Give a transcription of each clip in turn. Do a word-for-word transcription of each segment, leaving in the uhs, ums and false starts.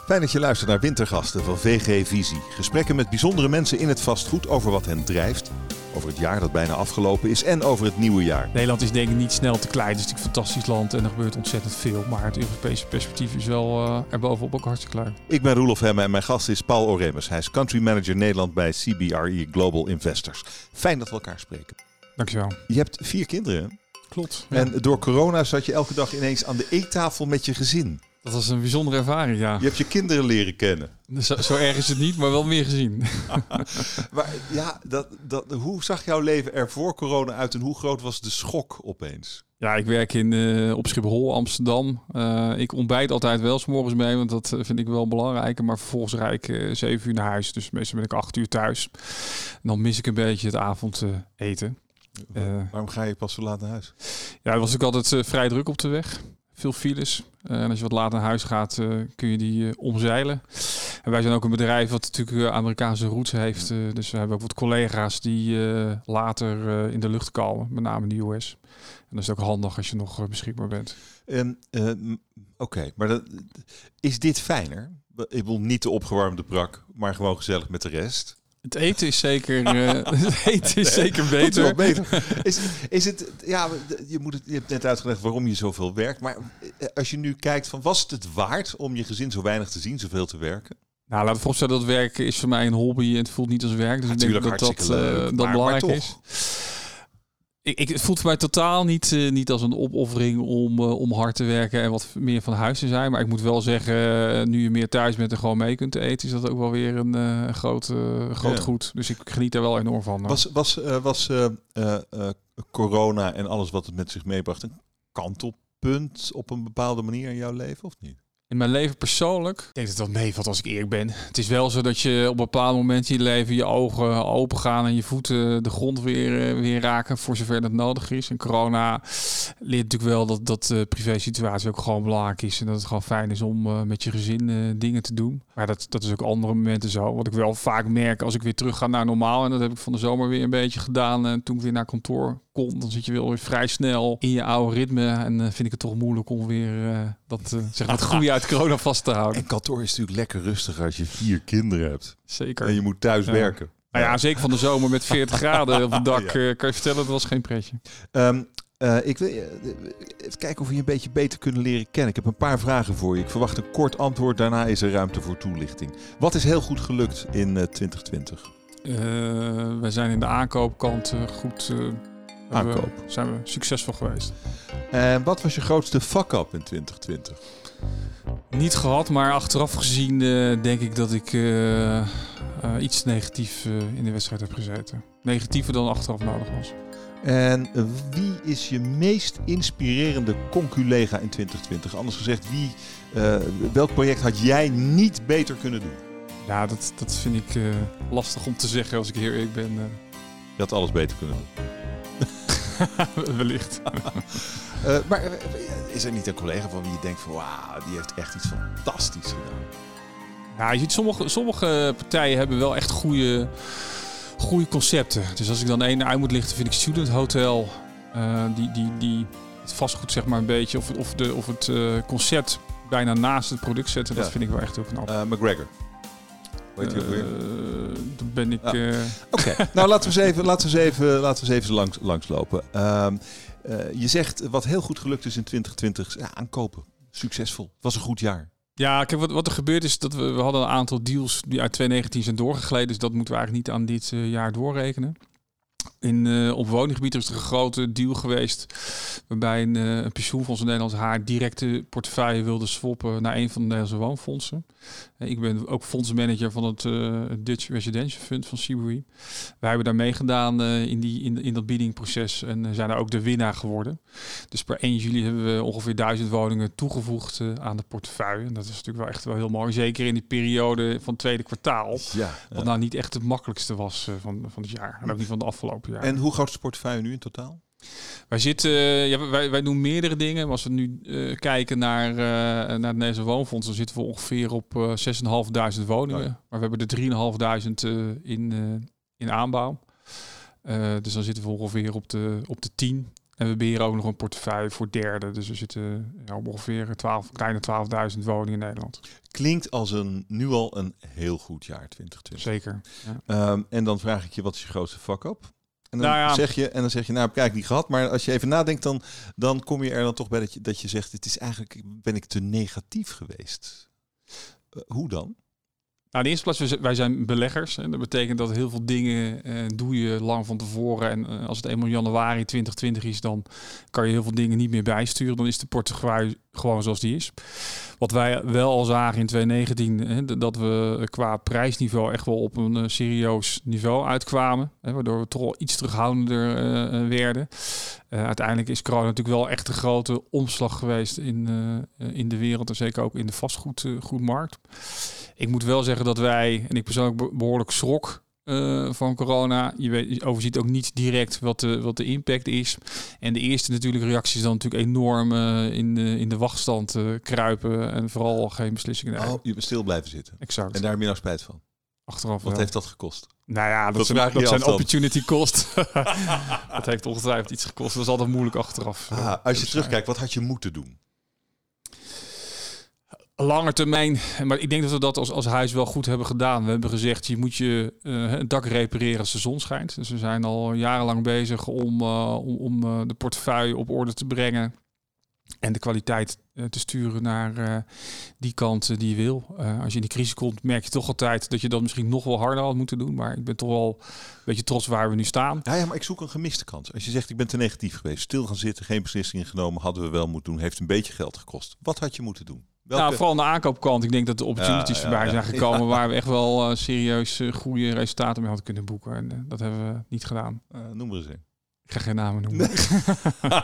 Fijn dat je luistert naar Wintergasten van V G Visie. Gesprekken met bijzondere mensen in het vastgoed over wat hen drijft. Over het jaar dat bijna afgelopen is en over het nieuwe jaar. Nederland is denk ik niet snel te klein. Het is natuurlijk een fantastisch land en er gebeurt ontzettend veel. Maar het Europese perspectief is wel uh, erbovenop ook hartstikke klein. Ik ben Roelof Hemme en mijn gast is Paul Oremus. Hij is country manager Nederland bij C B R E Global Investors. Fijn dat we elkaar spreken. Dankjewel. Je hebt vier kinderen, hè? Klopt. Ja. En door corona zat je elke dag ineens aan de eettafel met je gezin. Dat was een bijzondere ervaring, ja. Je hebt je kinderen leren kennen. Zo, zo erg is het niet, maar wel meer gezien. Maar ja, dat, dat, hoe zag jouw leven er voor corona uit en hoe groot was de schok opeens? Ja, ik werk in, uh, op Schiphol, Amsterdam. Uh, ik ontbijt altijd wel 's morgens mee, want dat vind ik wel belangrijk. Maar vervolgens rijd ik uh, zeven uur naar huis. Dus meestal ben ik acht uur thuis. En dan mis ik een beetje het avondeten. Uh, uh, Waarom ga je pas zo laat naar huis? Ja, het was ook altijd uh, vrij druk op de weg. Veel files. Uh, en als je wat later naar huis gaat, uh, kun je die uh, omzeilen. En wij zijn ook een bedrijf wat natuurlijk uh, Amerikaanse roots heeft. Uh, dus we hebben ook wat collega's die uh, later uh, in de lucht komen. Met name in de U S. En dat is ook handig als je nog uh, beschikbaar bent. Um, uh, Oké, okay, maar dat, is dit fijner? Ik wil niet de opgewarmde brak, maar gewoon gezellig met de rest. Het eten is zeker, uh, het eten is zeker beter. Wel beter. Is, is het, ja, je, moet het, je hebt net uitgelegd waarom je zoveel werkt. Maar als je nu kijkt, van, was het het waard om je gezin zo weinig te zien, zoveel te werken? Nou, laat ik voorstellen dat werken is voor mij een hobby en het voelt niet als werk. Dus Natuurlijk, ik denk dat dat, leuk, uh, dat maar, belangrijk maar is. Ik, ik, het voelt voor mij totaal niet, uh, niet als een opoffering om, uh, om hard te werken en wat meer van huis te zijn. Maar ik moet wel zeggen, uh, nu je meer thuis bent en gewoon mee kunt eten, is dat ook wel weer een uh, groot, uh, groot ja. goed. Dus ik geniet er wel enorm van. Was, was, uh, was uh, uh, uh, corona en alles wat het met zich meebracht een kantelpunt op een bepaalde manier in jouw leven of niet? In mijn leven persoonlijk, ik denk dat het wel meevalt als ik eerlijk ben. Het is wel zo dat je op een bepaald moment in je leven je ogen open gaan en je voeten de grond weer, weer raken voor zover dat nodig is. En corona leert natuurlijk wel dat, dat de privé situatie ook gewoon belangrijk is. En dat het gewoon fijn is om uh, met je gezin uh, dingen te doen. Maar dat, dat is ook andere momenten zo. Wat ik wel vaak merk als ik weer terug ga naar normaal. En dat heb ik van de zomer weer een beetje gedaan. En toen ik weer naar kantoor kon, dan zit je wel weer vrij snel in je oude ritme. En uh, vind ik het toch moeilijk om weer uh, dat, uh, zeg maar het goede uit corona vast te houden. En kantoor is natuurlijk lekker rustig als je vier kinderen hebt. Zeker. En je moet thuis ja. werken. Nou ja, zeker van de zomer met veertig graden op het dak. Ja. uh, kan je vertellen, dat was geen pretje. Um, uh, ik wil uh, even kijken of we je een beetje beter kunnen leren kennen. Ik heb een paar vragen voor je. Ik verwacht een kort antwoord. Daarna is er ruimte voor toelichting. Wat is heel goed gelukt in uh, twintig twintig? Uh, wij zijn in de aankoopkant uh, goed... Uh, Aankoop. We, zijn we succesvol geweest. En wat was je grootste fuck-up in twintig twintig? Niet gehad, maar achteraf gezien uh, denk ik dat ik uh, uh, iets negatief uh, in de wedstrijd heb gezeten. Negatiever dan achteraf nodig was. En uh, wie is je meest inspirerende conculega in twintig twintig? Anders gezegd, wie, uh, welk project had jij niet beter kunnen doen? Ja, dat, dat vind ik uh, lastig om te zeggen als ik heel eerlijk ben. Uh. Je had alles beter kunnen doen. Wellicht. uh, maar uh, is er niet een collega van wie je denkt van wauw, die heeft echt iets fantastisch gedaan? Ja, je ziet sommige, sommige partijen hebben wel echt goede, goede concepten. Dus als ik dan één uit moet lichten, vind ik Student Hotel. Uh, die, die, die het vastgoed zeg maar een beetje, of, of, de, of het uh, concept bijna naast het product zetten. Dat ja. vind ik wel echt heel knap. Uh, McGregor. Weet je ook weer? Uh, dan ben ik... Uh... Oké, okay. nou laten we eens even, laten we eens even, laten we eens even langs, langslopen. Uh, uh, je zegt wat heel goed gelukt is in twintig twintig, ja, aankopen. Succesvol. Het was een goed jaar. Ja, kijk, wat, wat er gebeurd is, dat we, we hadden een aantal deals die uit twintig negentien zijn doorgegleden. Dus dat moeten we eigenlijk niet aan dit uh, jaar doorrekenen. In, uh, op woninggebied is er een grote deal geweest waarbij een, uh, een pensioenfonds in Nederland haar directe portefeuille wilde swappen naar een van de Nederlandse woonfondsen. Uh, ik ben ook fondsmanager van het uh, Dutch Residential Fund van C B R E. Wij hebben daar meegedaan uh, in, die, in, in dat biddingproces en uh, zijn daar ook de winnaar geworden. Dus per één juli hebben we ongeveer duizend woningen toegevoegd uh, aan de portefeuille. En dat is natuurlijk wel echt wel heel mooi. Zeker in die periode van het tweede kwartaal. Ja, wat nou niet echt het makkelijkste was uh, van, van het jaar. En ook niet van de afgelopen jaar. En hoe groot is de portefeuille nu in totaal? Wij zitten, ja, wij, wij doen meerdere dingen. Maar als we nu uh, kijken naar, uh, naar het Nederlandse Woonfonds, dan zitten we ongeveer op uh, zes en een half duizend woningen. Ja. Maar we hebben er drie en een half duizend uh, in, uh, in aanbouw. Uh, dus dan zitten we ongeveer op de, op de tien. En we beheren ook nog een portefeuille voor derden. Dus we zitten ja, op ongeveer twaalf, kleine twaalfduizend woningen in Nederland. Klinkt als een nu al een heel goed jaar twintig twintig. Zeker. Ja. Um, en dan vraag ik je, wat is je grootste fuck-up? En dan, nou ja. zeg je, en dan zeg je, nou heb ik eigenlijk niet gehad. Maar als je even nadenkt, dan, dan kom je er dan toch bij dat je, dat je zegt, het is eigenlijk, ben ik te negatief geweest. Uh, hoe dan? Nou, in de eerste plaats, wij zijn beleggers. En dat betekent dat heel veel dingen eh, doe je lang van tevoren. En uh, als het eenmaal januari twintig twintig is, dan kan je heel veel dingen niet meer bijsturen. Dan is de portefeuille gewoon zoals die is. Wat wij wel al zagen in twintig negentien, hè, dat we qua prijsniveau echt wel op een uh, serieus niveau uitkwamen. Hè, waardoor we toch wel iets terughoudender uh, werden. Uh, uiteindelijk is corona natuurlijk wel echt een grote omslag geweest in, uh, in de wereld. En zeker ook in de vastgoedmarkt. Uh, Ik moet wel zeggen dat wij, en ik persoonlijk behoorlijk schrok uh, van corona. Je, weet, je overziet ook niet direct wat de, wat de impact is. En de eerste natuurlijk reacties dan natuurlijk enorm uh, in, de, in de wachtstand uh, kruipen. En vooral geen beslissingen nemen. Oh, je bent stil blijven zitten. Exact. En daar heb je nou spijt van? Achteraf Wat wel. heeft dat gekost? Nou ja, dat, dat zijn, dat zijn afstand. opportunity cost. Dat heeft ongetwijfeld iets gekost. Dat is altijd moeilijk achteraf. Ah, als je terugkijkt, wat had je moeten doen? Lange termijn, maar ik denk dat we dat als, als huis wel goed hebben gedaan. We hebben gezegd, je moet je uh, het dak repareren als de zon schijnt. Dus we zijn al jarenlang bezig om, uh, om, om uh, de portefeuille op orde te brengen. En de kwaliteit uh, te sturen naar uh, die kant uh, die je wil. Uh, als je in die crisis komt, merk je toch altijd dat je dat misschien nog wel harder had moeten doen. Maar ik ben toch wel een beetje trots waar we nu staan. Ja, ja, maar ik zoek een gemiste kans. Als je zegt, ik ben te negatief geweest, stil gaan zitten, geen beslissingen genomen, hadden we wel moeten doen, heeft een beetje geld gekost. Wat had je moeten doen? Welke... Nou, vooral aan de aankoopkant. Ik denk dat de opportunities ja, ja, voorbij zijn gekomen... Ja. waar we echt wel uh, serieus uh, goede resultaten mee hadden kunnen boeken. En uh, dat hebben we niet gedaan. Uh, noem er eens een. Ik ga geen namen noemen. Nee.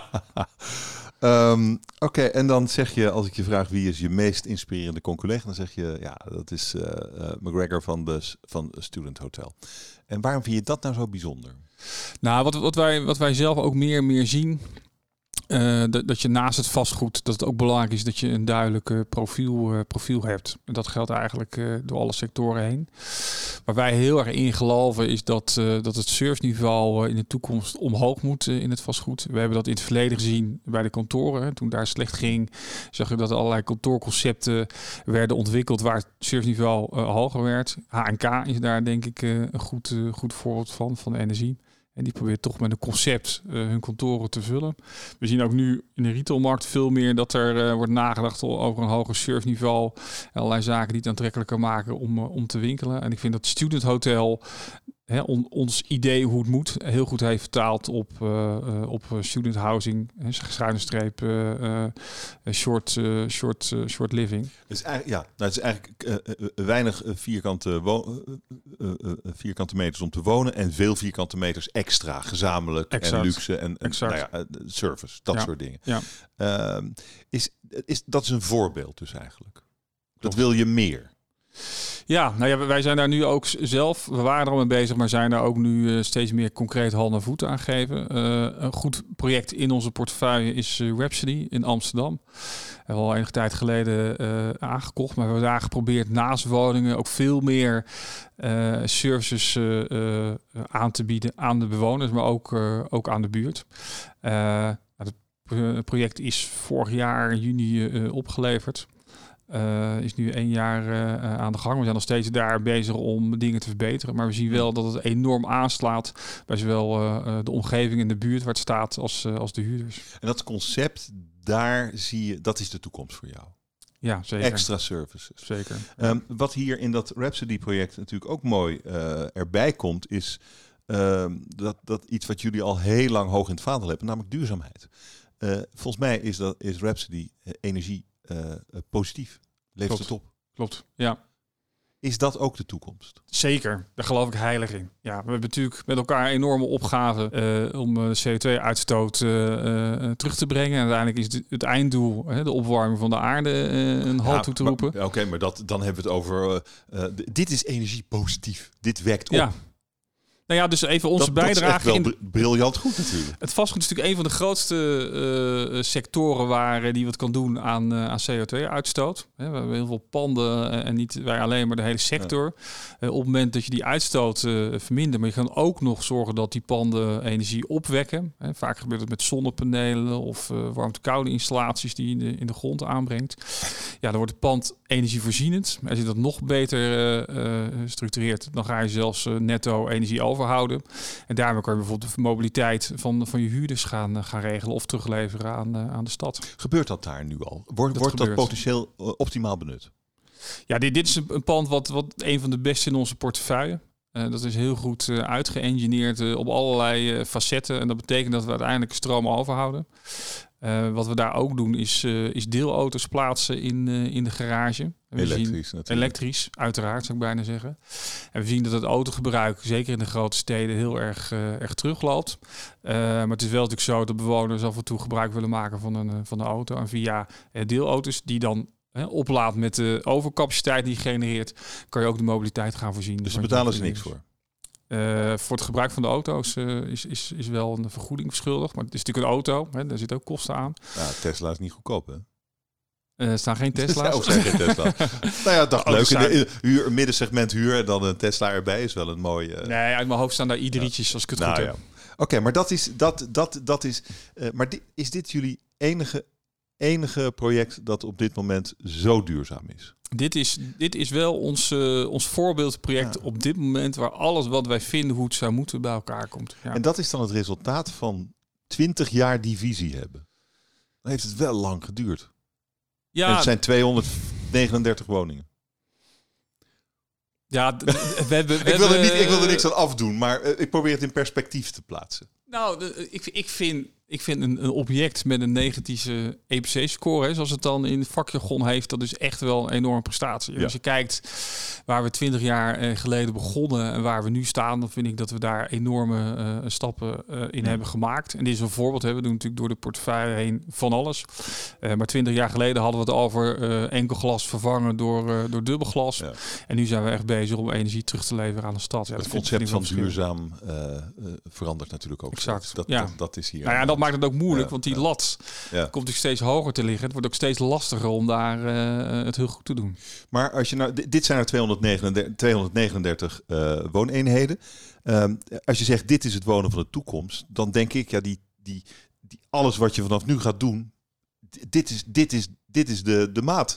um, Oké, okay, en dan zeg je, als ik je vraag wie is je meest inspirerende conculega, dan zeg je, ja, dat is uh, uh, McGregor van de van Student Hotel. En waarom vind je dat nou zo bijzonder? Nou, wat, wat, wij, wat wij zelf ook meer en meer zien... Uh, dat, dat je naast het vastgoed, dat het ook belangrijk is dat je een duidelijk uh, profiel, uh, profiel hebt. En dat geldt eigenlijk uh, door alle sectoren heen. Waar wij heel erg in geloven is dat, uh, dat het serviceniveau uh, in de toekomst omhoog moet uh, in het vastgoed. We hebben dat in het verleden gezien bij de kantoren. Hè. Toen daar slecht ging, zag je dat allerlei kantoorconcepten werden ontwikkeld waar het serviceniveau uh, hoger werd. H en K is daar denk ik uh, een goed, uh, goed voorbeeld van, van de energie. En die probeert toch met een concept uh, hun kantoren te vullen. We zien ook nu in de retailmarkt veel meer dat er uh, wordt nagedacht over een hoger serviceniveau. Allerlei zaken die het aantrekkelijker maken om, uh, om te winkelen. En ik vind dat Student Hotel hè, on, ons idee hoe het moet heel goed heeft vertaald op, uh, uh, op student housing. Hè, schuine streep, uh, uh, short, uh, short, uh, short living. Het is eigenlijk, ja, nou, het is eigenlijk uh, uh, weinig vierkante, wo- uh, uh, uh, vierkante meters om te wonen en veel vierkante meters extra, gezamenlijk exact. En luxe en, en nou ja, uh, service, dat ja. soort dingen. Ja. Uh, is, is, dat is een voorbeeld dus eigenlijk. Dat wil je meer. Ja, nou ja, wij zijn daar nu ook zelf, we waren er al mee bezig, maar zijn daar ook nu uh, steeds meer concreet hand en voeten aan geven. Uh, een goed project in onze portefeuille is uh, Rhapsody in Amsterdam. We hebben al enige tijd geleden uh, aangekocht, maar we hebben daar geprobeerd naast woningen ook veel meer uh, services uh, uh, aan te bieden aan de bewoners, maar ook, uh, ook aan de buurt. Uh, het project is vorig jaar juni uh, opgeleverd. Uh, is nu één jaar uh, aan de gang. We zijn nog steeds daar bezig om dingen te verbeteren. Maar we zien wel dat het enorm aanslaat bij zowel uh, de omgeving en de buurt waar het staat als, uh, als de huurders. En dat concept, daar zie je, dat is de toekomst voor jou. Ja, zeker. Extra services. Zeker. Um, wat hier in dat Rhapsody-project natuurlijk ook mooi uh, erbij komt, is uh, dat, dat iets wat jullie al heel lang hoog in het vaandel hebben, namelijk duurzaamheid. Uh, volgens mij is, dat, is Rhapsody uh, energie Uh, uh, positief. Levert het op. Klopt, ja. Is dat ook de toekomst? Zeker, daar geloof ik heilig in. Ja, we hebben natuurlijk met elkaar enorme opgaven uh, om de C O twee uitstoot uh, uh, terug te brengen. En uiteindelijk is het, het einddoel, hè, de opwarming van de aarde, uh, een halt ja, toe te roepen. Oké, okay, maar dat, dan hebben we het over... Uh, uh, d- dit is energie positief. Dit wekt op. Ja. Nou ja, dus even onze dat, bijdrage. Dat is echt wel in briljant goed natuurlijk. Het vastgoed is natuurlijk een van de grootste uh, sectoren waar die wat kan doen aan, uh, aan C O twee uitstoot. We hebben heel veel panden uh, en niet wij alleen, maar de hele sector. Ja. Uh, op het moment dat je die uitstoot uh, vermindert, maar je kan ook nog zorgen dat die panden energie opwekken. Hè. Vaak gebeurt het met zonnepanelen of uh, warmte-koude installaties die je in de, in de grond aanbrengt. Ja, dan wordt het pand energievoorzienend. Als je dat nog beter uh, uh, structureert, dan ga je zelfs uh, netto energie overhouden. En daarmee kan je bijvoorbeeld de mobiliteit van, van je huurders gaan, gaan regelen of terugleveren aan, uh, aan de stad. Gebeurt dat daar nu al? Wordt dat, wordt dat potentieel uh, optimaal benut? Ja, dit, dit is een, een pand wat, wat een van de beste in onze portefeuille. Uh, dat is heel goed uh, uitgeëngineerd uh, op allerlei uh, facetten. En dat betekent dat we uiteindelijk stroom overhouden. Uh, wat we daar ook doen is, uh, is deelauto's plaatsen in, uh, in de garage. We elektrisch zien, natuurlijk. Elektrisch, uiteraard zou ik bijna zeggen. En we zien dat het autogebruik, zeker in de grote steden, heel erg, uh, erg terugloopt. Uh, maar het is wel natuurlijk zo dat bewoners af en toe gebruik willen maken van een, uh, van de auto. En via uh, deelauto's die dan He, oplaadt met de overcapaciteit die je genereert, kan je ook de mobiliteit gaan voorzien. Dus daar betalen ze niks voor? Uh, voor het gebruik van de auto's uh, is, is, is wel een vergoeding verschuldigd. Maar het is natuurlijk een auto, hè, daar zitten ook kosten aan. Ja, Tesla is niet goedkoop, hè? Uh, er staan geen Tesla's. Er zijn geen Tesla. Nou ja, dacht leuk. In de huur, middensegment huur en dan een Tesla erbij is wel een mooie... Uh... Nee, uit mijn hoofd staan daar i-drietjes, ja. Als ik het nou, goed ja. heb. Oké, okay, maar dat is... Dat, dat, dat is uh, maar di- is dit jullie enige... enige project dat op dit moment zo duurzaam is? Dit is, dit is wel ons, uh, ons voorbeeldproject ja. op dit moment, waar alles wat wij vinden hoe het zou moeten bij elkaar komt. Ja. En dat is dan het resultaat van twintig jaar die visie hebben. Dan heeft het wel lang geduurd. Ja. En het zijn tweehonderdnegenendertig woningen. Ja, we hebben, we ik, wil er niet, hebben, ik wil er niks aan afdoen, maar uh, ik probeer het in perspectief te plaatsen. Nou, de, ik, ik vind... Ik vind een, een object met een negatieve E P C-score, zoals het dan in het vakjargon heeft, dat is echt wel een enorme prestatie. Ja. Als je kijkt waar we twintig jaar eh, geleden begonnen en waar we nu staan, dan vind ik dat we daar enorme uh, stappen uh, in ja. hebben gemaakt. En dit is een voorbeeld. Hè. We doen natuurlijk door de portefeuille heen van alles. Uh, maar twintig jaar geleden hadden we het over uh, enkel glas vervangen door, uh, door dubbelglas. Ja. En nu zijn we echt bezig om energie terug te leveren aan de stad. Ja, het concept van duurzaam uh, uh, verandert natuurlijk ook. Exact. Dat, ja. dat, dat is hier. Nou ja, dat maakt het ook moeilijk, ja, want die ja. lat ja. komt natuurlijk steeds hoger te liggen. Het wordt ook steeds lastiger om daar uh, het heel goed te doen. Maar als je nou, dit zijn er tweehonderdnegenendertig uh, wooneenheden. Um, als je zegt dit is het wonen van de toekomst, dan denk ik ja die, die, die alles wat je vanaf nu gaat doen, dit is, dit is, dit is de, de maat.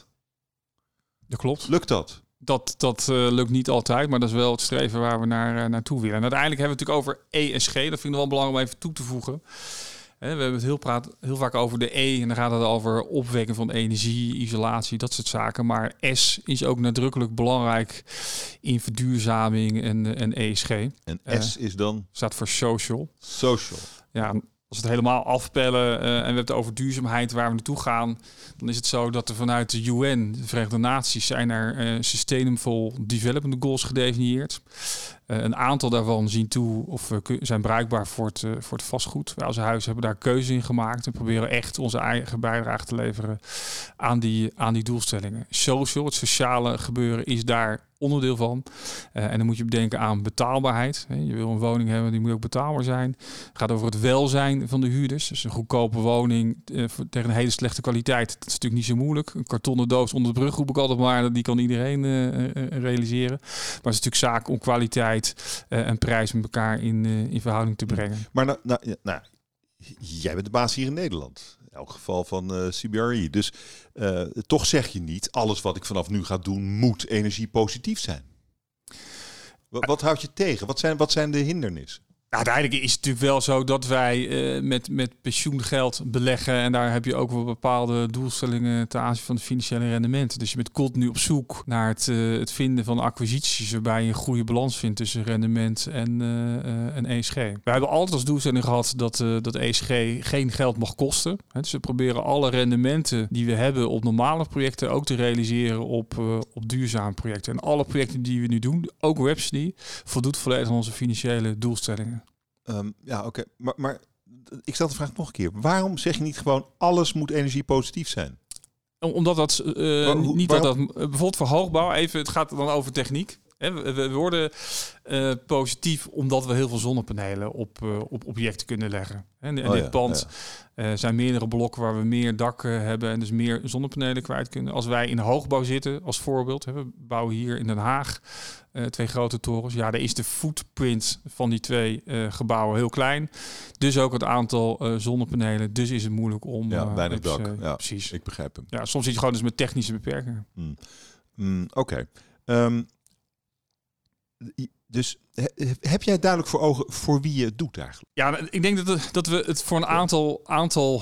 Dat klopt. Lukt dat? Dat, dat uh, lukt niet altijd, maar dat is wel het streven waar we naar, uh, naartoe willen. En uiteindelijk hebben we het natuurlijk over E S G. Dat vind ik wel belangrijk om even toe te voegen. He, we hebben het heel, praat, heel vaak over de E en dan gaat het over opwekken van energie, isolatie, dat soort zaken. Maar S is ook nadrukkelijk belangrijk in verduurzaming en, en E S G. En S uh, is dan? Staat voor social. Social. Ja, als we het helemaal afpellen uh, en we hebben het over duurzaamheid waar we naartoe gaan, dan is het zo dat er vanuit de U N, de Verenigde Naties, zijn er uh, Sustainable Development Goals gedefinieerd. Uh, een aantal daarvan zien toe of uh, zijn bruikbaar voor het, uh, voor het vastgoed. Wij als huis hebben daar keuze in gemaakt en proberen echt onze eigen bijdrage te leveren aan die, aan die doelstellingen. Social, het sociale gebeuren, is daar onderdeel van. Uh, en dan moet je bedenken aan betaalbaarheid. He, je wil een woning hebben, die moet ook betaalbaar zijn. Het gaat over het welzijn van de huurders. Dus een goedkope woning uh, tegen een hele slechte kwaliteit. Dat is natuurlijk niet zo moeilijk. Een kartonnen doos onder de brug roep ik altijd maar. Die kan iedereen uh, uh, realiseren. Maar het is natuurlijk zaak om kwaliteit uh, en prijs met elkaar in, uh, in verhouding te brengen. Maar nou, nou, nou, jij bent de baas hier in Nederland. In elk geval van uh, C B R E. Dus uh, toch zeg je niet, alles wat ik vanaf nu ga doen moet energiepositief zijn. Wat, wat houdt je tegen? Wat zijn, wat zijn de hindernissen? Uiteindelijk is het natuurlijk wel zo dat wij uh, met, met pensioengeld beleggen. En daar heb je ook wel bepaalde doelstellingen ten aanzien van de financiële rendementen. Dus je bent continu op zoek naar het, uh, het vinden van acquisities waarbij je een goede balans vindt tussen rendement en, uh, uh, en E S G. Wij hebben altijd als doelstelling gehad dat, uh, dat E S G geen geld mag kosten. He, dus we proberen alle rendementen die we hebben op normale projecten ook te realiseren op, uh, op duurzame projecten. En alle projecten die we nu doen, ook Rhapsody, voldoet volledig aan onze financiële doelstellingen. Um, ja, oké. Okay. Maar, maar ik stel de vraag nog een keer. Waarom zeg je niet gewoon alles moet energiepositief zijn? Omdat dat uh, Waar, hoe, niet waarom? dat dat bijvoorbeeld voor hoogbouw even. Het gaat dan over techniek. He, we, we worden uh, positief omdat we heel veel zonnepanelen op, uh, op objecten kunnen leggen. En in oh, dit ja, pand ja. uh, zijn meerdere blokken waar we meer dak uh, hebben en dus meer zonnepanelen kwijt kunnen. Als wij in hoogbouw zitten, als voorbeeld, hè, we bouwen hier in Den Haag uh, twee grote torens. Ja, daar is de footprint van die twee uh, gebouwen heel klein. Dus ook het aantal uh, zonnepanelen. Dus is het moeilijk om... Ja, uh, weinig dus, dak. Uh, ja, precies. Ik begrijp hem. Ja, soms zit je gewoon dus met technische beperkingen. Mm. Mm, Oké. Okay. Um, dus he, heb jij duidelijk voor ogen voor wie je het doet eigenlijk? Ja, ik denk dat, dat we het voor een aantal, aantal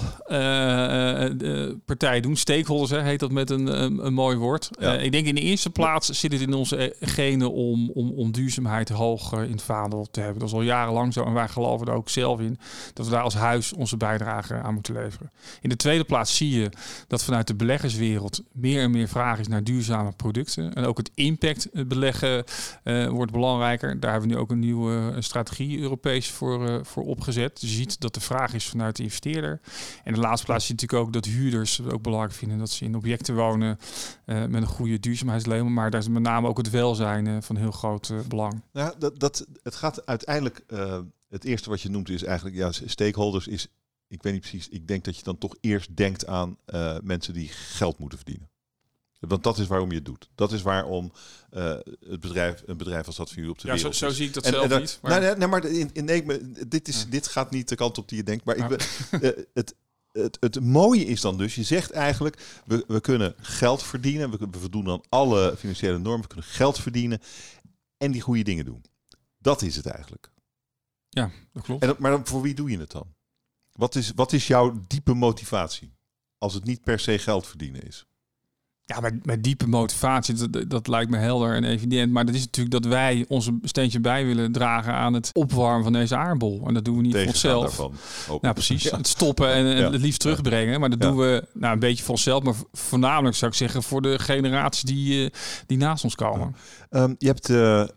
uh, uh, partijen doen. Stakeholders, hè, heet dat met een, een, een mooi woord. Ja. Uh, ik denk in de eerste plaats zit het in onze genen om, om, om duurzaamheid hoog in het vaandel te hebben. Dat is al jarenlang zo en wij geloven er ook zelf in dat we daar als huis onze bijdrage aan moeten leveren. In de tweede plaats zie je dat vanuit de beleggerswereld meer en meer vraag is naar duurzame producten. En ook het impact beleggen uh, wordt belangrijker. Daar hebben we nu ook een nieuwe strategie Europees voor, uh, voor opgezet. Dus je ziet dat de vraag is vanuit de investeerder. En in de laatste plaats zie je natuurlijk ook dat huurders het ook belangrijk vinden dat ze in objecten wonen uh, met een goede duurzaamheidslabel. Maar daar is met name ook het welzijn uh, van heel groot uh, belang. Ja, dat, dat, het gaat uiteindelijk, uh, het eerste wat je noemt is eigenlijk, ja, stakeholders is, ik weet niet precies, ik denk dat je dan toch eerst denkt aan uh, mensen die geld moeten verdienen. Want dat is waarom je het doet. Dat is waarom uh, het bedrijf, een bedrijf als dat van jullie op de ja, wereld is. Zo, zo zie ik dat en, zelf en dat, niet. Maar... Nee, nee, maar in, in, nee, dit, is, ja. dit gaat niet de kant op die je denkt. Maar ja. ik, uh, het, het, het mooie is dan dus, je zegt eigenlijk, we, we kunnen geld verdienen. We, we voldoen aan alle financiële normen. We kunnen geld verdienen en die goede dingen doen. Dat is het eigenlijk. Ja, dat klopt. En, maar dan, voor wie doe je het dan? Wat is, wat is jouw diepe motivatie? Als het niet per se geld verdienen is. Ja, met, met diepe motivatie, dat, dat lijkt me helder en evident. Maar dat is natuurlijk dat wij onze steentje bij willen dragen aan het opwarmen van deze aardbol. En dat doen we niet voor onszelf. Daarvan, nou, precies. Ja. Het stoppen en, en ja. het liefst terugbrengen. Maar dat ja. doen we nou, een beetje voor onszelf. Maar voornamelijk zou ik zeggen voor de generaties die, uh, die naast ons komen. Ja. Um, je, hebt, uh, uh,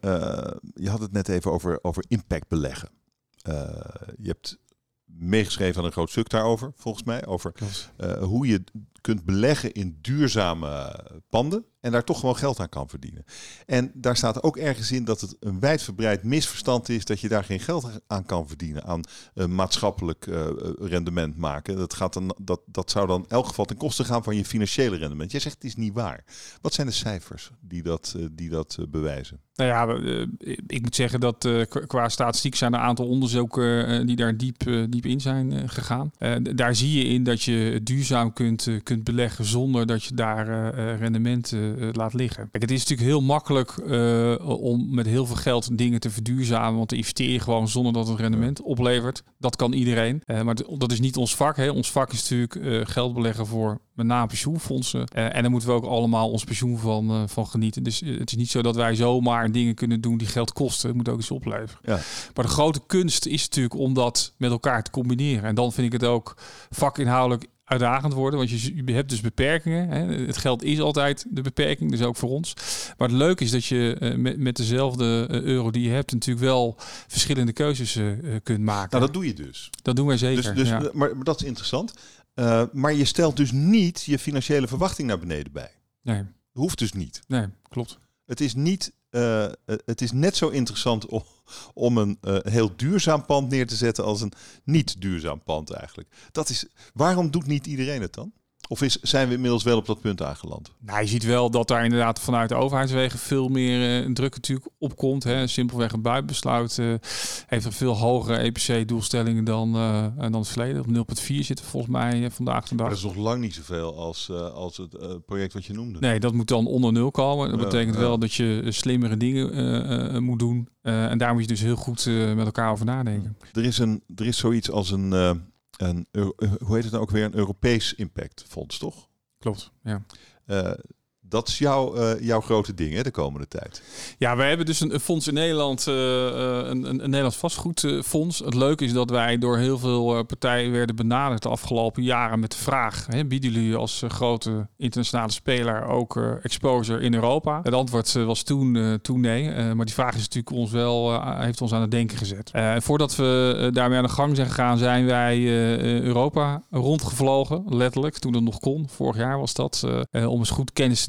je had het net even over, over impact beleggen. Uh, je hebt meegeschreven aan een groot stuk daarover, volgens mij. Over uh, hoe je kunt beleggen in duurzame panden en daar toch gewoon geld aan kan verdienen. En daar staat ook ergens in dat het een wijdverbreid misverstand is dat je daar geen geld aan kan verdienen aan uh, maatschappelijk uh, rendement maken. Dat, gaat dan, dat, dat zou dan in elk geval ten koste gaan van je financiële rendement. Jij zegt het is niet waar. Wat zijn de cijfers die dat, uh, die dat uh, bewijzen? Nou ja, uh, ik moet zeggen dat uh, qua statistiek zijn er een aantal onderzoeken uh, die daar diep, uh, diep in zijn uh, gegaan. Uh, daar zie je in dat je duurzaam kunt, uh, kunt beleggen zonder dat je daar uh, rendement uh, laat liggen. Kijk, het is natuurlijk heel makkelijk uh, om met heel veel geld dingen te verduurzamen, want dan investeer je gewoon zonder dat het rendement oplevert. Dat kan iedereen. Uh, maar d- dat is niet ons vak. Hè. Ons vak is natuurlijk uh, geld beleggen voor met name pensioenfondsen. Uh, en daar moeten we ook allemaal ons pensioen van, uh, van genieten. Dus uh, het is niet zo dat wij zomaar dingen kunnen doen die geld kosten. Het moet ook iets opleveren. Ja. Maar de grote kunst is natuurlijk om dat met elkaar te combineren. En dan vind ik het ook vakinhoudelijk uitdagend worden, want je, je hebt dus beperkingen. Hè. Het geld is altijd de beperking, dus ook voor ons. Maar het leuke is dat je uh, met, met dezelfde uh, euro die je hebt natuurlijk wel verschillende keuzes uh, kunt maken. Nou, dat doe je dus. Dat doen wij zeker. Dus, dus, ja. maar, maar dat is interessant. Uh, maar je stelt dus niet je financiële verwachting naar beneden bij. Nee. Hoeft dus niet. Nee, klopt. Het is niet. Uh, het is net zo interessant om, om een uh, heel duurzaam pand neer te zetten als een niet duurzaam pand eigenlijk. Dat is, waarom doet niet iedereen het dan? Of is, zijn we inmiddels wel op dat punt aangeland? Nou, je ziet wel dat daar inderdaad vanuit de overheidswegen veel meer uh, druk natuurlijk opkomt. Hè. Simpelweg een buitenbesluit uh, heeft een veel hogere E P C-doelstellingen dan, uh, dan het verleden. Op nul komma vier zitten volgens mij uh, vandaag de dag. Maar dat is nog lang niet zoveel als, uh, als het uh, project wat je noemde. Nee, dat moet dan onder nul komen. Dat ja, betekent ja. wel dat je slimmere dingen uh, uh, moet doen. Uh, en daar moet je dus heel goed uh, met elkaar over nadenken. Er is, een, er is zoiets als een... Uh, Een, hoe heet het nou ook weer? Een Europees impactfonds, toch? Klopt, ja. Uh, dat is jouw, uh, jouw grote ding, hè, de komende tijd. Ja, wij hebben dus een, een fonds in Nederland, uh, een, een, een Nederlands vastgoedfonds. Het leuke is dat wij door heel veel uh, partijen werden benaderd de afgelopen jaren met de vraag: hè, bieden jullie als uh, grote internationale speler ook uh, exposure in Europa? Het antwoord uh, was toen, uh, toen nee, uh, maar die vraag is natuurlijk ons wel, uh, heeft ons aan het denken gezet. Uh, en voordat we uh, daarmee aan de gang zijn gegaan, zijn wij uh, Europa rondgevlogen, letterlijk, toen dat nog kon. Vorig jaar was dat, uh, uh, om eens goed kennis te nemen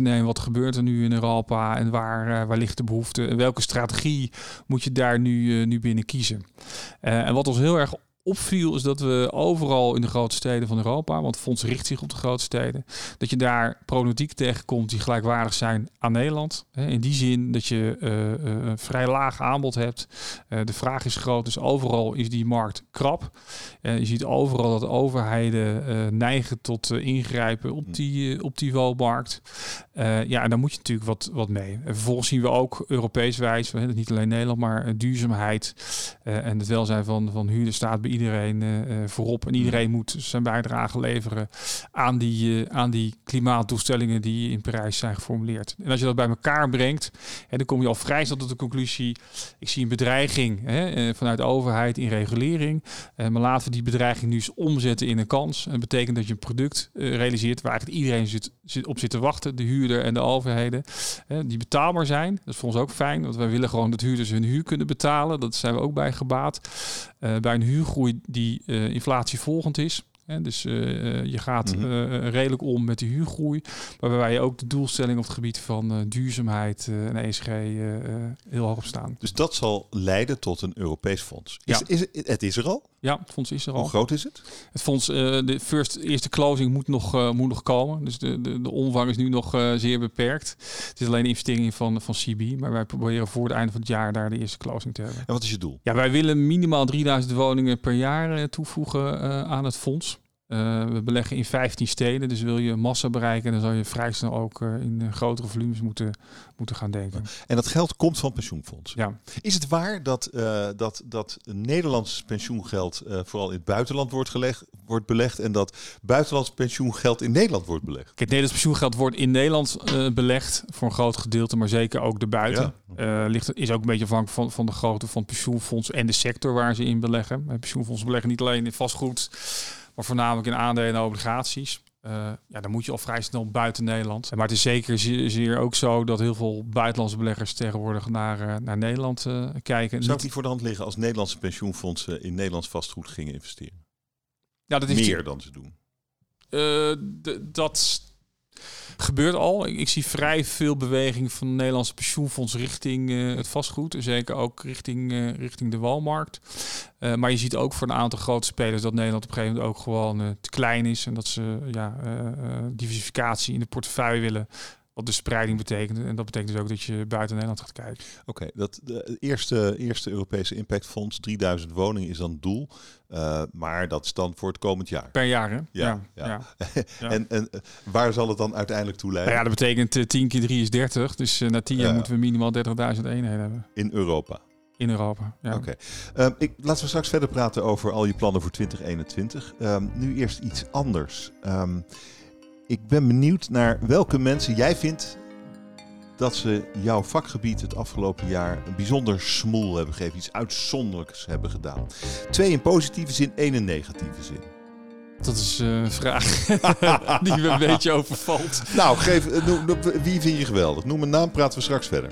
nemen. Wat gebeurt er nu in Europa en waar, uh, waar ligt de behoefte? En welke strategie moet je daar nu, uh, nu binnen kiezen? Uh, en wat ons heel erg opviel is dat we overal in de grote steden van Europa, want het fonds richt zich op de grote steden, dat je daar problematiek tegenkomt die gelijkwaardig zijn aan Nederland. In die zin dat je uh, uh, een vrij laag aanbod hebt. Uh, de vraag is groot, dus overal is die markt krap. Uh, je ziet overal dat overheden uh, neigen tot uh, ingrijpen op die, uh, op die woonmarkt. Uh, ja, en daar moet je natuurlijk wat, wat mee. En vervolgens zien we ook Europees wijs, uh, niet alleen Nederland, maar uh, duurzaamheid uh, en het welzijn van, van huurders staat bij iedereen uh, voorop. En iedereen moet zijn bijdrage leveren aan die, uh, aan die klimaatdoelstellingen die in Parijs zijn geformuleerd. En als je dat bij elkaar brengt, hè, dan kom je al vrij snel tot de conclusie, ik zie een bedreiging hè, vanuit de overheid in regulering. Uh, maar laten we die bedreiging nu eens omzetten in een kans. En dat betekent dat je een product uh, realiseert waar eigenlijk iedereen zit, zit, op zit te wachten, de huurder en de overheden, hè, die betaalbaar zijn. Dat is voor ons ook fijn, want wij willen gewoon dat huurders hun huur kunnen betalen. Dat zijn we ook bij gebaat. Uh, bij een huurgroei die uh, inflatievolgend is. Hè, dus uh, je gaat uh, redelijk om met de huurgroei. Waarbij je ook de doelstelling op het gebied van uh, duurzaamheid uh, en E S G uh, heel hoog op staan. Dus dat zal leiden tot een Europees fonds. Is, Ja. is, is, het is er al? Ja, het fonds is er al. Hoe groot is het? Het fonds, uh, de first, eerste closing moet nog, uh, moet nog komen. Dus de, de, de omvang is nu nog uh, zeer beperkt. Het is alleen de investering van, van C B. Maar wij proberen voor het einde van het jaar daar de eerste closing te hebben. En wat is je doel? Ja, wij willen minimaal drieduizend woningen per jaar uh, toevoegen uh, aan het fonds. Uh, we beleggen in vijftien steden, dus wil je massa bereiken, dan zal je vrij snel ook uh, in uh, grotere volumes moeten, moeten gaan denken. En dat geld komt van pensioenfonds. Ja. Is het waar dat, uh, dat, dat Nederlands pensioengeld uh, vooral in het buitenland wordt, gelegd, wordt belegd en dat buitenlands pensioengeld in Nederland wordt belegd? Kijk, het Nederlands pensioengeld wordt in Nederland uh, belegd voor een groot gedeelte, maar zeker ook daarbuiten. Ja. Uh, ligt, is ook een beetje afhankelijk van, van de grootte van het pensioenfonds en de sector waar ze in beleggen. Uh, pensioenfondsen beleggen niet alleen in vastgoed, maar voornamelijk in aandelen en obligaties. Uh, ja, dan moet je al vrij snel buiten Nederland. Maar het is zeker zeer, zeer ook zo dat heel veel buitenlandse beleggers tegenwoordig naar, uh, naar Nederland uh, kijken. Zou niet... het niet voor de hand liggen als Nederlandse pensioenfondsen in Nederlands vastgoed gingen investeren? Ja, dat is meer dan ze doen. Uh, d- dat gebeurt al. Ik, ik zie vrij veel beweging van de Nederlandse pensioenfonds richting uh, het vastgoed. Zeker ook richting, uh, richting de woonmarkt. Uh, maar je ziet ook voor een aantal grote spelers dat Nederland op een gegeven moment ook gewoon uh, te klein is. En dat ze ja, uh, uh, diversificatie in de portefeuille willen. Wat de spreiding betekent. En dat betekent dus ook dat je buiten Nederland gaat kijken. Oké, okay, dat de eerste, eerste Europese impactfonds, drieduizend woningen is dan het doel. Uh, maar dat is dan voor het komend jaar. Per jaar, hè? Ja. ja, ja. ja. ja. en, en waar zal het dan uiteindelijk toe leiden? Nou ja, dat betekent uh, tien keer drie is dertig. Dus uh, na tien jaar uh, moeten we minimaal dertigduizend eenheden hebben. In Europa? In Europa, ja. Oké. Okay. Um, ik, laten we straks verder praten over al je plannen voor twintig eenentwintig. Um, nu eerst iets anders. Um, ik ben benieuwd naar welke mensen jij vindt dat ze jouw vakgebied het afgelopen jaar een bijzonder smoel hebben gegeven. Iets uitzonderlijks hebben gedaan. Twee in positieve zin, één in negatieve zin. Dat is uh, een vraag die me een beetje overvalt. Nou, geef, noem, noem, wie vind je geweldig? Noem een naam, praten we straks verder.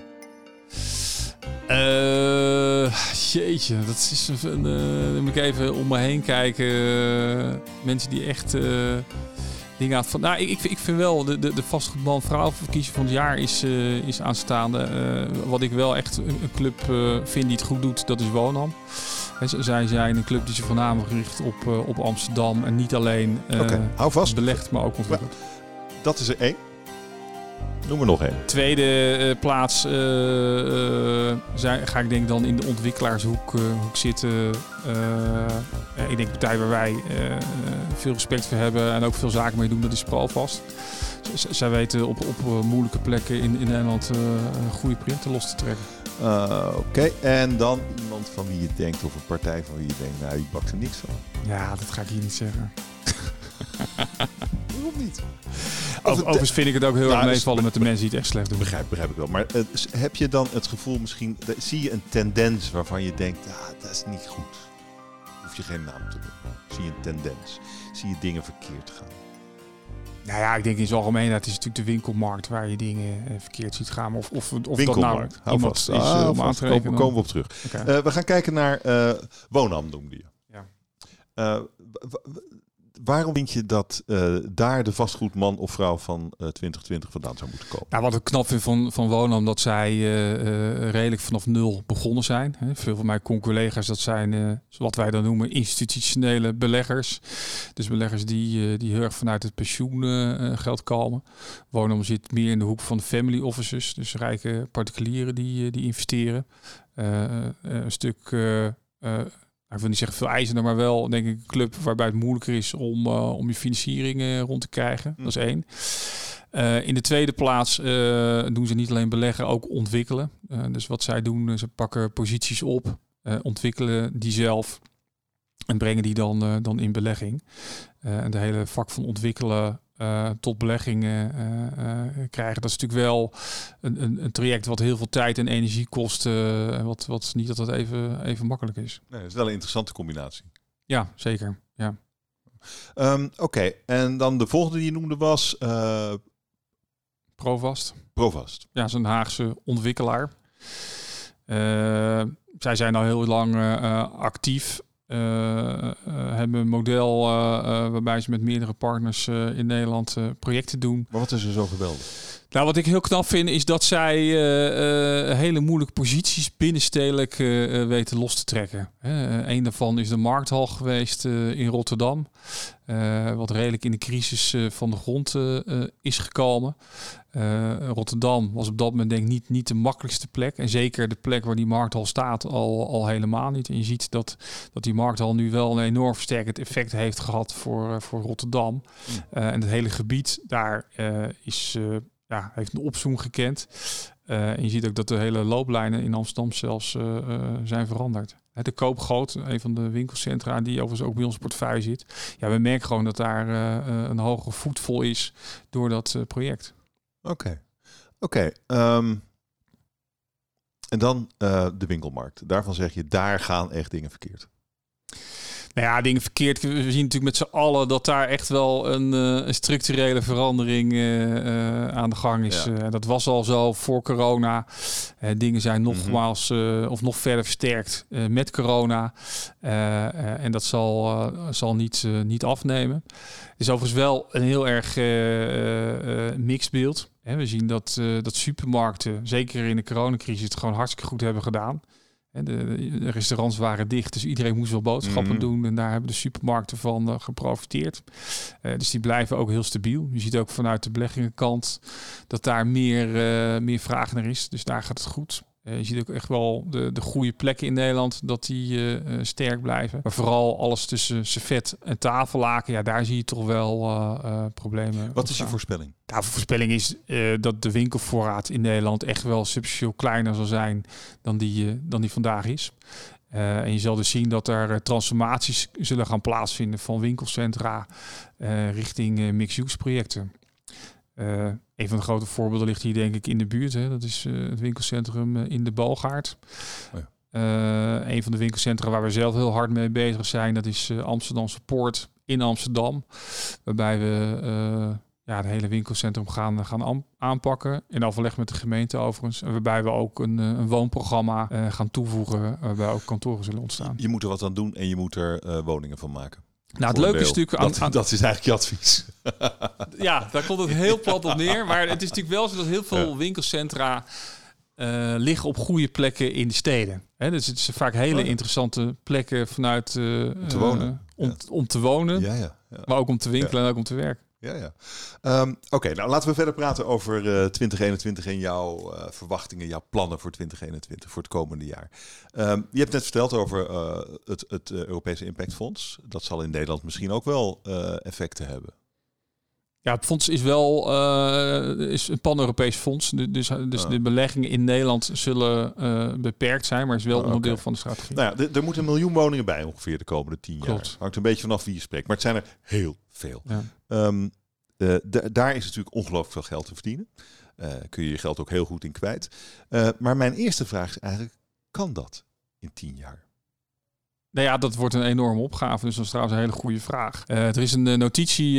Uh, jeetje, dat is een... Uh, dan moet ik even om me heen kijken. Uh, mensen die echt... Uh, dingen aan van, nou, ik, ik vind wel de, de, de vastgoedman-vrouw verkiezing van het jaar is, uh, is aanstaande. Uh, wat ik wel echt een, een club uh, vind die het goed doet, dat is Wonam. En zij zijn een club die zich voornamelijk richt op, uh, op Amsterdam en niet alleen uh, okay, hou vast. belegt, maar ook ontwikkelt. Dat is er één. Noem er nog één. Tweede uh, plaats uh, uh, zijn, ga ik denk dan in de ontwikkelaarshoek uh, hoek zitten. Uh, ik denk een partij waar wij uh, veel respect voor hebben en ook veel zaken mee doen, dat is Provast. Z- zij weten op, op uh, moeilijke plekken in, in Nederland uh, goede projecten los te trekken. Uh, Oké, okay. En dan iemand van wie je denkt, of een partij van wie je denkt, nou, die bakt er niks van. Ja, dat ga ik hier niet zeggen. Waarom niet? Over, overigens vind ik het ook heel nou, erg meevallen met de mensen die het echt slecht doen. Begrijp, begrijp ik wel. Maar uh, heb je dan het gevoel misschien, uh, zie je een tendens waarvan je denkt, ah, dat is niet goed. Hoef je geen naam te doen. Zie je een tendens. Zie je dingen verkeerd gaan. Nou ja, ik denk in zijn algemeenheid is het natuurlijk de winkelmarkt waar je dingen uh, verkeerd ziet gaan. Of, of, of dat nou Hou iemand vast. is Ah, uh, om vast. aan te rekenen. Komen, komen we op terug. Okay. Uh, we gaan kijken naar uh, Wonam, noemde je. Ja. Uh, w- w- waarom denk je dat uh, daar de vastgoedman of vrouw van uh, twintig twintig vandaan zou moeten komen? Nou, wat ik knap vind van, van Wonam, dat zij uh, uh, redelijk vanaf nul begonnen zijn. Hè. Veel van mijn collega's, dat zijn uh, wat wij dan noemen institutionele beleggers. Dus beleggers die, uh, die heel erg vanuit het pensioengeld uh, komen. Wonam zit meer in de hoek van family offices, dus rijke particulieren die, uh, die investeren. Uh, uh, een stuk... Uh, uh, Ik wil niet zeggen veel eisender, maar wel denk ik een club waarbij het moeilijker is om, uh, om je financiering uh, rond te krijgen. Mm. Dat is één. Uh, in de tweede plaats uh, doen ze niet alleen beleggen, ook ontwikkelen. Uh, dus wat zij doen, ze pakken posities op, uh, ontwikkelen die zelf en brengen die dan, uh, dan in belegging. Uh, en de hele vak van ontwikkelen uh, tot beleggingen uh, uh, krijgen. Dat is natuurlijk wel een, een, een traject wat heel veel tijd en energie kost. Uh, wat, wat niet altijd even, even makkelijk is. Nee, dat is wel een interessante combinatie. Ja, zeker. Ja. Um, Oké, okay. En dan de volgende die je noemde was... Uh... Provast. Provast. Ja, dat is een Haagse ontwikkelaar. Uh, zij zijn al heel lang uh, actief. Uh, uh, hebben een model uh, uh, waarbij ze met meerdere partners uh, in Nederland uh, projecten doen. Maar wat is er zo geweldig? Nou, wat ik heel knap vind is dat zij uh, uh, hele moeilijke posities binnenstedelijk uh, weten los te trekken. Uh, een daarvan is de Markthal geweest uh, in Rotterdam. Uh, wat redelijk in de crisis uh, van de grond uh, uh, is gekomen. Uh, Rotterdam was op dat moment denk ik niet, niet de makkelijkste plek. En zeker de plek waar die Markthal staat al, al helemaal niet. En je ziet dat, dat die Markthal nu wel een enorm versterkend effect heeft gehad voor, uh, voor Rotterdam. Uh, en het hele gebied daar uh, is... Uh, Ja, heeft een opzoom gekend. Uh, en je ziet ook dat de hele looplijnen in Amsterdam zelfs uh, uh, zijn veranderd. De Koopgoot, een van de winkelcentra die overigens ook bij ons portefeuille zit. Ja, we merken gewoon dat daar uh, een hogere voetvol is door dat uh, project. Oké. Okay. Oké. Okay, um, en dan uh, de winkelmarkt. Daarvan zeg je, daar gaan echt dingen verkeerd. Nou ja, dingen verkeerd. We zien natuurlijk met z'n allen dat daar echt wel een, uh, een structurele verandering uh, uh, aan de gang is. Ja. Uh, dat was al zo voor corona. Uh, dingen zijn nogmaals uh, of nog verder versterkt uh, met corona. Uh, uh, en dat zal, uh, zal niet, uh, niet afnemen. Het is overigens wel een heel erg uh, uh, mixed beeld. He, we zien dat, uh, dat supermarkten, zeker in de coronacrisis, het gewoon hartstikke goed hebben gedaan. De, de restaurants waren dicht, dus iedereen moest wel boodschappen mm-hmm. doen. En daar hebben de supermarkten van uh, geprofiteerd. Uh, dus die blijven ook heel stabiel. Je ziet ook vanuit de beleggingenkant dat daar meer, uh, meer vraag naar is. Dus daar gaat het goed. Uh, je ziet ook echt wel de, de goede plekken in Nederland, dat die uh, uh, sterk blijven. Maar vooral alles tussen servet en tafellaken, ja, daar zie je toch wel uh, uh, problemen. Wat ontstaan. Is je voorspelling? Nou, de voorspelling is uh, dat de winkelvoorraad in Nederland echt wel substantieel kleiner zal zijn dan die, uh, dan die vandaag is. Uh, en je zal dus zien dat er uh, transformaties zullen gaan plaatsvinden van winkelcentra uh, richting uh, mixed-use projecten. Uh, een van de grote voorbeelden ligt hier denk ik in de buurt. Hè. Dat is uh, het winkelcentrum uh, in de Balgaard. Oh ja. uh, een van de winkelcentra waar we zelf heel hard mee bezig zijn, dat is uh, Amsterdamse Poort in Amsterdam. Waarbij we uh, ja, het hele winkelcentrum gaan, gaan aan, aanpakken. In overleg met de gemeente overigens. En waarbij we ook een, een woonprogramma uh, gaan toevoegen. Waarbij ook kantoren zullen ontstaan. Je moet er wat aan doen en je moet er uh, woningen van maken. Nou, het leuke is natuurlijk... Aan, dat, aan, dat is eigenlijk je advies. Ja, daar komt het heel plat op neer. Maar het is natuurlijk wel zo dat heel veel ja. winkelcentra uh, liggen op goede plekken in de steden. Hè, dus het zijn vaak hele oh. interessante plekken vanuit... Uh, om te wonen. Uh, om, ja. om te wonen, ja, ja, ja. Maar ook om te winkelen ja. en ook om te werken. Ja, ja. Um, Oké, okay, nou laten we verder praten over uh, twintig eenentwintig en jouw uh, verwachtingen, jouw plannen voor twintig eenentwintig, voor het komende jaar. Um, je hebt net verteld over uh, het, het uh, Europese Impactfonds. Dat zal in Nederland misschien ook wel uh, effecten hebben. Ja, het fonds is wel uh, is een pan-Europees fonds. Dus, dus uh. de beleggingen in Nederland zullen uh, beperkt zijn, maar is wel uh, onderdeel okay. van de strategie. Nou ja, d- er moeten een miljoen woningen bij ongeveer de komende tien Klopt. jaar. Hangt een beetje vanaf wie je spreekt, maar het zijn er heel veel. Ja. Um, uh, d- daar is natuurlijk ongelooflijk veel geld te verdienen. Uh, kun je je geld ook heel goed in kwijt. Uh, maar mijn eerste vraag is eigenlijk, kan dat in tien jaar? Nou ja, dat wordt een enorme opgave. Dus dat is trouwens een hele goede vraag. Uh, er is een uh, notitie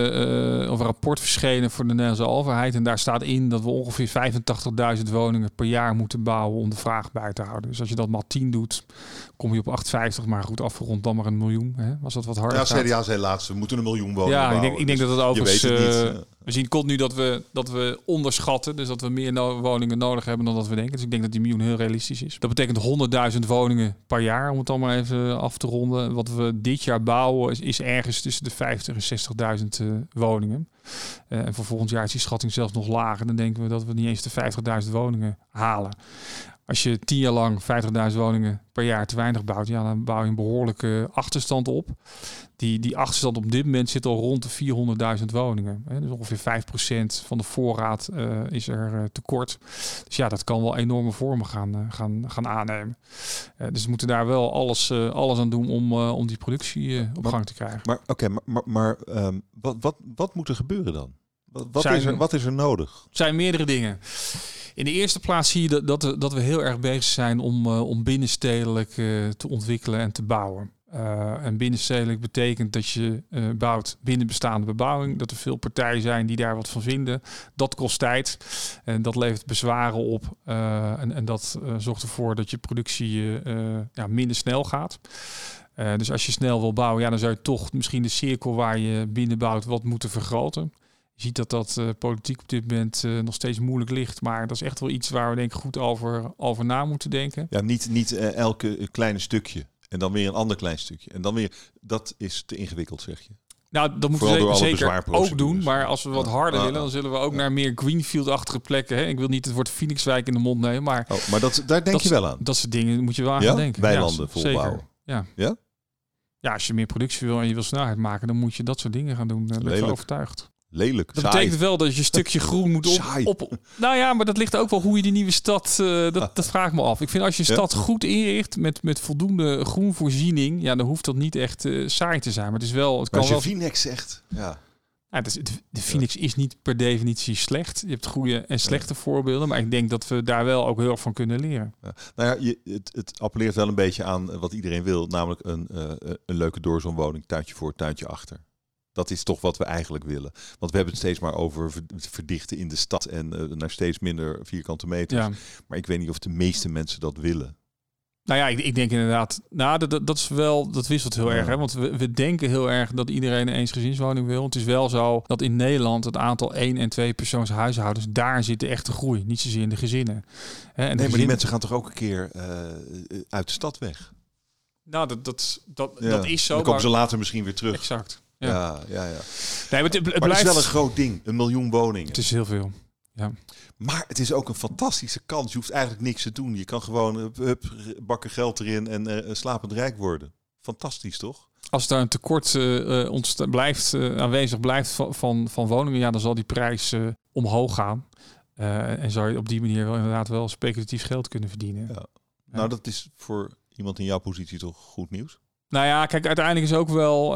uh, uh, of een rapport verschenen voor de Nederlandse overheid. En daar staat in dat we ongeveer vijfentachtigduizend woningen per jaar moeten bouwen om de vraag bij te houden. Dus als je dat maal tien doet, kom je op achtenzestig. Maar goed, afgerond dan maar een miljoen. Hè? Was dat wat harder? Ja, C D A zei laatst, we moeten een miljoen woningen ja, bouwen. Ja, ik denk, ik denk dus dat het overigens... Je weet het niet. Uh, we zien continu dat we, dat we onderschatten. Dus dat we meer no- woningen nodig hebben dan dat we denken. Dus ik denk dat die miljoen heel realistisch is. Dat betekent honderdduizend woningen per jaar, om het dan maar even af te ronden. Wat we dit jaar bouwen is, is ergens tussen de vijftig en zestigduizend uh, woningen. Uh, en voor volgend jaar is die schatting zelfs nog lager. Dan denken we dat we niet eens de vijftigduizend woningen halen. Als je tien jaar lang vijftigduizend woningen per jaar te weinig bouwt, ja, dan bouw je een behoorlijke achterstand op. Die, die achterstand op dit moment zit al rond de vierhonderdduizend woningen. Hè? Dus ongeveer vijf procent van de voorraad uh, is er uh, tekort. Dus ja, dat kan wel enorme vormen gaan, uh, gaan, gaan aannemen. Uh, dus we moeten daar wel alles, uh, alles aan doen om, uh, om die productie uh, op maar, gang te krijgen. Maar oké, okay, maar, maar, maar um, wat, wat, wat moet er gebeuren dan? Wat, wat, zijn, is, er, wat is er nodig? Er zijn meerdere dingen. In de eerste plaats zie je dat, dat, we, dat we heel erg bezig zijn om, uh, om binnenstedelijk uh, te ontwikkelen en te bouwen. Uh, en binnenstedelijk betekent dat je uh, bouwt binnen bestaande bebouwing. Dat er veel partijen zijn die daar wat van vinden. Dat kost tijd. En dat levert bezwaren op. Uh, en, en dat uh, zorgt ervoor dat je productie uh, ja, minder snel gaat. Uh, dus als je snel wil bouwen, ja, dan zou je toch misschien de cirkel waar je binnen bouwt wat moeten vergroten. Je ziet dat dat uh, politiek op dit moment uh, nog steeds moeilijk ligt. Maar dat is echt wel iets waar we denk ik goed over, over na moeten denken. Ja, niet, niet uh, elke kleine stukje. En dan weer een ander klein stukje. En dan weer, dat is te ingewikkeld, zeg je. Nou, dat moeten we zeker, zeker ook doen. Maar als we wat harder ja. willen, dan zullen we ook ja. naar meer greenfield-achtige plekken. Hè? Ik wil niet het woord Phoenixwijk in de mond nemen. Maar, oh, maar dat, daar denk dat, je wel aan. Dat soort dingen moet je wel aan ja? gaan denken. Weilanden ja, volbouwen. Ja. ja? Ja, als je meer productie wil en je wil snelheid maken, dan moet je dat soort dingen gaan doen. Daar ben ik wel overtuigd. Lelijk. Dat saai. betekent wel dat je een stukje groen moet op, op. Nou ja, maar dat ligt ook wel hoe je die nieuwe stad. Uh, dat, dat vraag ik me af. Ik vind als je een stad ja? goed inricht met, met voldoende groenvoorziening, ja, dan hoeft dat niet echt uh, saai te zijn. Maar het is wel. Het kan als je wel. Phoenix zegt, ja. Ja, dus de, de Phoenix is niet per definitie slecht. Je hebt goede en slechte ja. voorbeelden, maar ik denk dat we daar wel ook heel erg van kunnen leren. Ja. Nou ja, je, het, het appelleert wel een beetje aan wat iedereen wil, namelijk een, uh, een leuke doorzonwoning, tuintje voor, tuintje achter. Dat is toch wat we eigenlijk willen. Want we hebben het steeds maar over verdichten in de stad en uh, naar steeds minder vierkante meters. Ja. Maar ik weet niet of de meeste mensen dat willen. Nou ja, ik, ik denk inderdaad, nou, dat, dat is wel, dat wisselt heel ja. erg. Hè? Want we, we denken heel erg dat iedereen een eensgezinswoning wil. Het is wel zo dat in Nederland het aantal één- en twee persoons huishoudens, daar zit de echte groei. Niet zozeer in de gezinnen. En nee, maar gezin... die mensen gaan toch ook een keer uh, uit de stad weg? Nou, dat, dat, dat, ja. dat is zo. Dan komen maar... ze later misschien weer terug. Exact. Ja, ja, ja. ja. Nee, maar het, het, maar blijft... het is wel een groot ding, een miljoen woningen. Het is heel veel. Ja. Maar het is ook een fantastische kans. Je hoeft eigenlijk niks te doen. Je kan gewoon hup, hup, bakken geld erin en uh, slapend rijk worden. Fantastisch, toch? Als daar een tekort uh, ontsta- blijft, uh, aanwezig blijft van, van, van woningen, ja, dan zal die prijs uh, omhoog gaan. Uh, en zou je op die manier wel inderdaad wel speculatief geld kunnen verdienen. Ja. Ja. Nou, dat is voor iemand in jouw positie toch goed nieuws? Nou ja, kijk, uiteindelijk is ook wel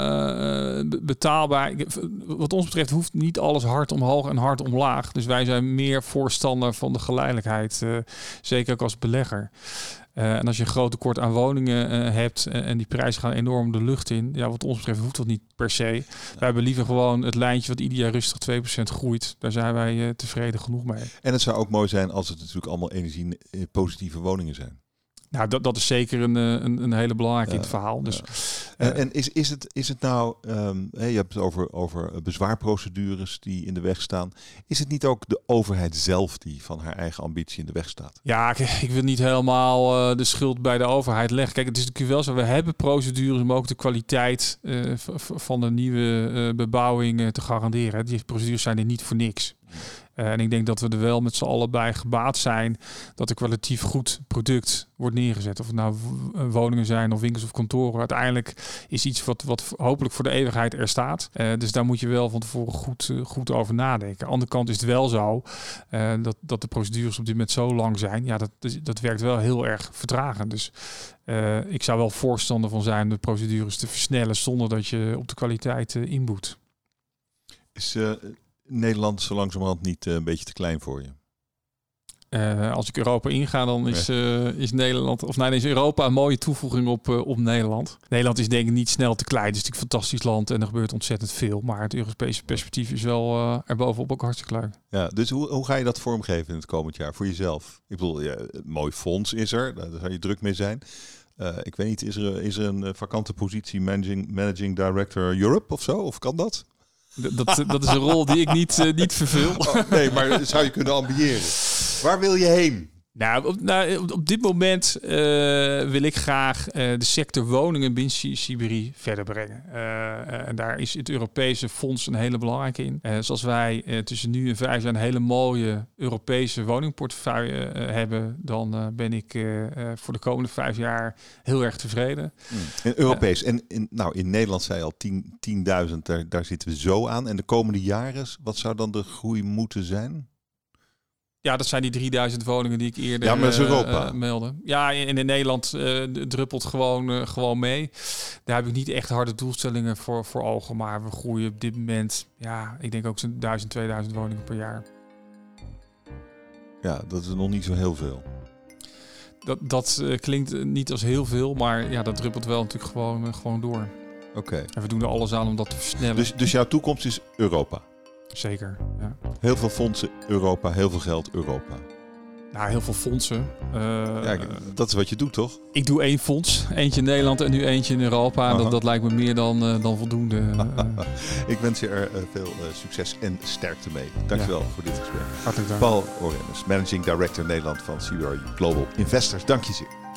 uh, betaalbaar. Wat ons betreft hoeft niet alles hard omhoog en hard omlaag. Dus wij zijn meer voorstander van de geleidelijkheid. Uh, zeker ook als belegger. Uh, en als je een groot tekort aan woningen uh, hebt en, en die prijzen gaan enorm de lucht in. Ja, wat ons betreft hoeft dat niet per se. Ja. Wij hebben liever gewoon het lijntje wat ieder jaar rustig twee procent groeit. Daar zijn wij uh, tevreden genoeg mee. En het zou ook mooi zijn als het natuurlijk allemaal energie-positieve woningen zijn. Nou, dat, dat is zeker een, een, een hele belangrijke uh, in het verhaal. Dus, uh, uh, en is, is, het, is het nou, um, hey, je hebt het over, over bezwaarprocedures die in de weg staan. Is het niet ook de overheid zelf die van haar eigen ambitie in de weg staat? Ja, ik, ik wil niet helemaal uh, de schuld bij de overheid leggen. Kijk, het is natuurlijk wel zo, we hebben procedures om ook de kwaliteit uh, v- van de nieuwe uh, bebouwing uh, te garanderen. Die procedures zijn er niet voor niks. Uh, en ik denk dat we er wel met z'n allen bij gebaat zijn dat een kwalitatief goed product wordt neergezet. Of het nou w- woningen zijn of winkels of kantoren. Uiteindelijk is iets wat, wat hopelijk voor de eeuwigheid er staat. Uh, dus daar moet je wel van tevoren goed, uh, goed over nadenken. Aan de andere kant is het wel zo uh, dat, dat de procedures op dit moment zo lang zijn. Ja, dat, dat werkt wel heel erg vertragend. Dus uh, ik zou wel voorstander van zijn om de procedures te versnellen zonder dat je op de kwaliteit uh, inboet. Is... Uh... Nederland zo langzamerhand niet uh, een beetje te klein voor je? Uh, als ik Europa inga, dan is, uh, is Nederland, of nee, is Europa een mooie toevoeging op, uh, op Nederland. Nederland is denk ik niet snel te klein. Het is natuurlijk een fantastisch land en er gebeurt ontzettend veel. Maar het Europese perspectief is wel uh, erbovenop ook hartstikke leuk. Ja, dus hoe, hoe ga je dat vormgeven in het komend jaar voor jezelf? Ik bedoel, ja, een mooi fonds is er, daar zou je druk mee zijn. Uh, ik weet niet, is er, is er een vakante positie managing, managing Director Europe of zo? Of kan dat? Dat, dat, dat is een rol die ik niet, uh, niet vervul. Oh, nee, maar zou je kunnen ambiëren. Waar wil je heen? Nou, op, nou, op, op dit moment uh, wil ik graag uh, de sector woningen binnen Siberië verder brengen. Uh, uh, en daar is het Europese fonds een hele belangrijke in. Uh, zoals wij uh, tussen nu en vijf jaar een hele mooie Europese woningportefeuille uh, hebben, dan uh, ben ik uh, uh, voor de komende vijf jaar heel erg tevreden. Mm. En Europees. Uh, en in, nou, in Nederland zei je al tienduizend, daar, daar zitten we zo aan. En de komende jaren, wat zou dan de groei moeten zijn? Ja, dat zijn die drieduizend woningen die ik eerder ja, maar dat is Europa. Uh, meldde. Ja, in, in Nederland uh, druppelt gewoon, uh, gewoon mee. Daar heb ik niet echt harde doelstellingen voor, voor ogen. Maar we groeien op dit moment, ja, ik denk ook zo'n duizend, tweeduizend woningen per jaar. Ja, dat is nog niet zo heel veel. Dat, dat uh, klinkt niet als heel veel, maar ja, dat druppelt wel natuurlijk gewoon, uh, gewoon door. Oké. Okay. En we doen er alles aan om dat te versnellen. Dus, dus jouw toekomst is Europa? Zeker, ja. Heel veel fondsen, Europa. Heel veel geld, Europa. Nou, heel veel fondsen. Uh, ja, dat is wat je doet, toch? Ik doe één fonds. Eentje in Nederland en nu eentje in Europa. Dat, dat lijkt me meer dan, uh, dan voldoende. Uh. Ik wens je er uh, veel uh, succes en sterkte mee. Dankjewel ja. voor dit gesprek. Hartelijk dank. Paul Oremus, Managing Director Nederland van C B R E Global Investors. Dank je zeer.